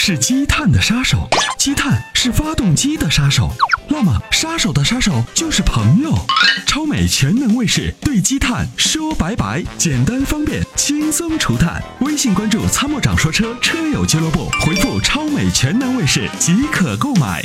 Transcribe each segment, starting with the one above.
是积碳的杀手，积碳是发动机的杀手，那么杀手的杀手就是朋友。超美全能卫士对积碳说拜拜，简单方便，轻松除碳。微信关注参谋长说车车友俱乐部，回复超美全能卫士即可购买。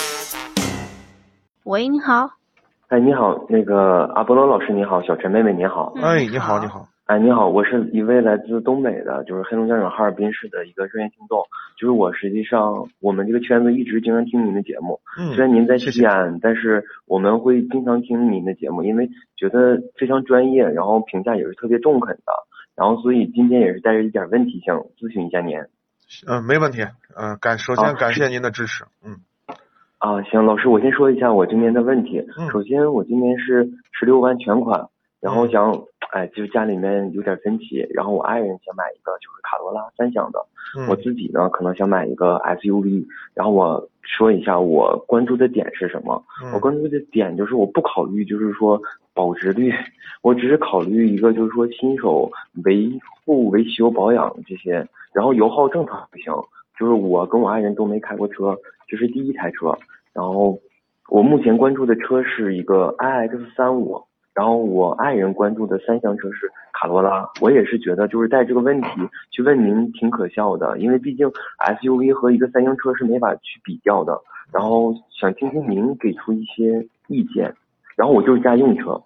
喂，你好。 哎，你好，那个阿波罗老师你好，小陈妹妹你好。 哎，你好，你好。 哎，你好，我是一位来自东北的，就是黑龙江省哈尔滨市的一个热线听众。就是我实际上我们这个圈子一直经常听您的节目，虽然您在西安，但是我们会经常听您的节目，因为觉得非常专业，然后评价也是特别中肯的，然后所以今天也是带着一点问题想咨询一下您。 没问题。首先感谢您的支持。 行，老师，我先说一下我今年的问题。首先我今年是16万全款，然后想就是家里面有点分歧，然后我爱人想买一个就是卡罗拉3厢的，我自己呢可能想买一个 SUV， 然后我说一下我关注的点是什么。我关注的点就是我不考虑就是说保值率，我只是考虑一个就是说新手维护维修保养这些，然后油耗正常就行。就是我跟我爱人都没开过车，这是第一台车，然后我目前关注的车是一个 iX35，然后我爱人关注的3厢车是卡罗拉。我也是觉得就是带这个问题去问您挺可笑的，因为毕竟 SUV 和一个3厢车是没法去比较的，然后想听听您给出一些意见。然后我就是家用车。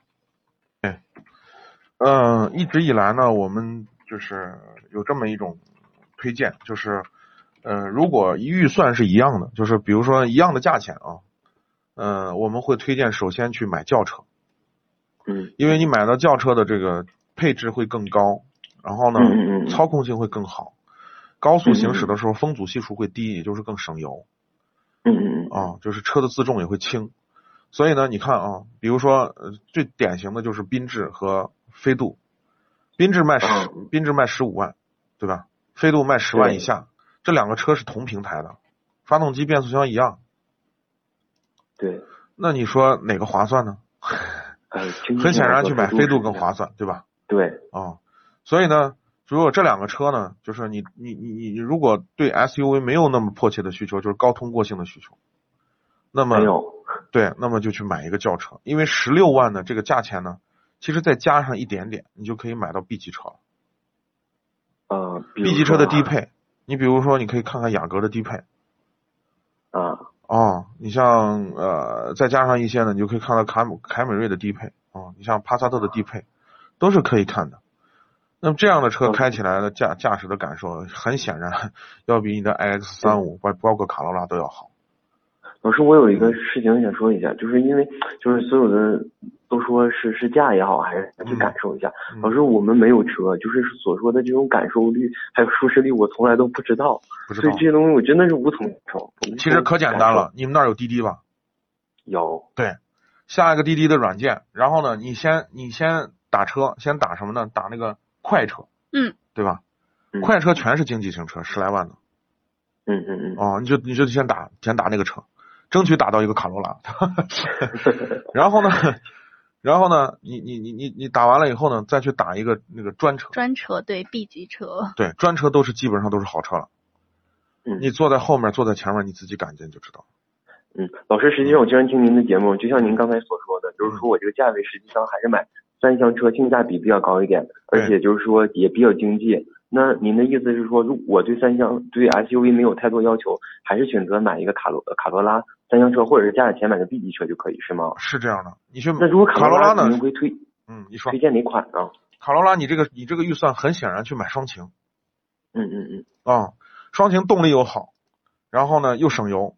一直以来呢，我们就是有这么一种推荐，就是如果预算是一样的，就是比如说一样的价钱啊，我们会推荐首先去买轿车。因为你买到轿车的这个配置会更高，然后呢操控性会更好，高速行驶的时候风阻系数会低，也就是更省油。就是车的自重也会轻。所以呢你看啊，比如说最典型的就是缤智和飞度。缤智卖15万，对吧？飞度卖10万以下，这两个车是同平台的，发动机变速箱一样。 对。 那你说哪个划算呢？很显然去买飞度更划算，对吧？ 对。 所以呢，如果这两个车呢，就是你如果对 SUV 没有那么迫切的需求，就是高通过性的需求，那么对，那么就去买一个轿车，因为16万的这个价钱呢，其实再加上一点点，你就可以买到 B 级车了。B 级车的低配，你比如说你可以看看雅阁的低配。你像再加上一些呢，你就可以看到凯美瑞的低配你像帕萨特的低配，都是可以看的。那么这样的车开起来的驾驶的感受，很显然要比你的 iX35 包括卡罗拉都要好。 老师，我有一个事情想说一下，就是因为就是所有的都说是驾也好，还是去感受一下。老师，我们没有车，就是所说的这种感受率还有舒适率，我从来都不知道，所以这些东西我真的是无从感受。 其实可简单了，你们那儿有滴滴吧？ 有。 对，下一个滴滴的软件，然后呢，你先打车，先打什么呢？打那个快车，对吧？快车全是经济型车，10来万的。你就先打那个车，争取打到一个卡罗拉。然后呢，你打完了以后呢，再去打一个那个专车。 专车，对 B 级车。 对，专车基本上都是好车了。你坐在后面，坐在前面，你自己感觉就知道。 老师，实际上我经常听您的节目，就像您刚才所说的，就是说我这个价位实际上还是买3厢车性价比比较高一点，而且就是说也比较经济。那您的意思是说，如果我对SUV 没有太多要求，还是选择买一个卡罗拉3厢车，或者是加点钱买个 B 级车就可以，是吗？ 是这样的。 那如果卡罗拉呢， 您会你说推荐哪款呢？ 卡罗拉，你这个预算很显然去买双擎。双擎动力又好，然后呢又省油。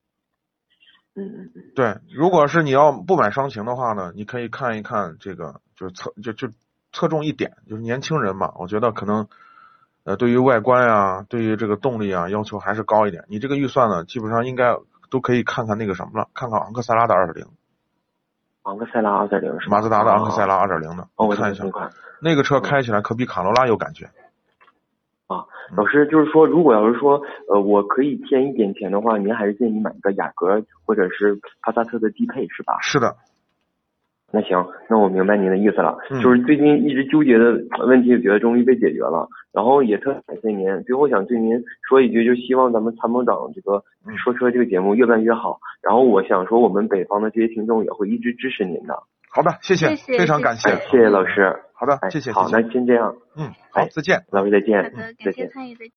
对，如果是你要不买双擎的话呢，你可以看一看这个，就侧重一点，就是年轻人嘛，我觉得可能对于外观啊，对于这个动力啊要求还是高一点。你这个预算呢，基本上应该都可以看看那个什么了，看看昂克赛拉的2.0。 昂克赛拉2.0是马自达的昂克赛拉2.0的， 我看一下，那个车开起来可比卡罗拉有感觉。 老师，就是说，如果要是说我可以添一点钱的话，您还是建议买一个雅阁或者是帕萨特的低配，是吧？ 是的。 那行，那我明白您的意思了， 嗯就是最近一直纠结的问题，觉得终于被解决了，然后也特感谢您。最后想对您说一句，就希望咱们参谋长这个说车这个节目越办越好。然后我想说，我们北方的这些听众也会一直支持您的。 好的，谢谢， 谢谢非常感谢， 谢谢老师。 好的，谢谢， 好，那先这样。 好，再见， 老师再见。 好的，感再见。 谢参与，再见。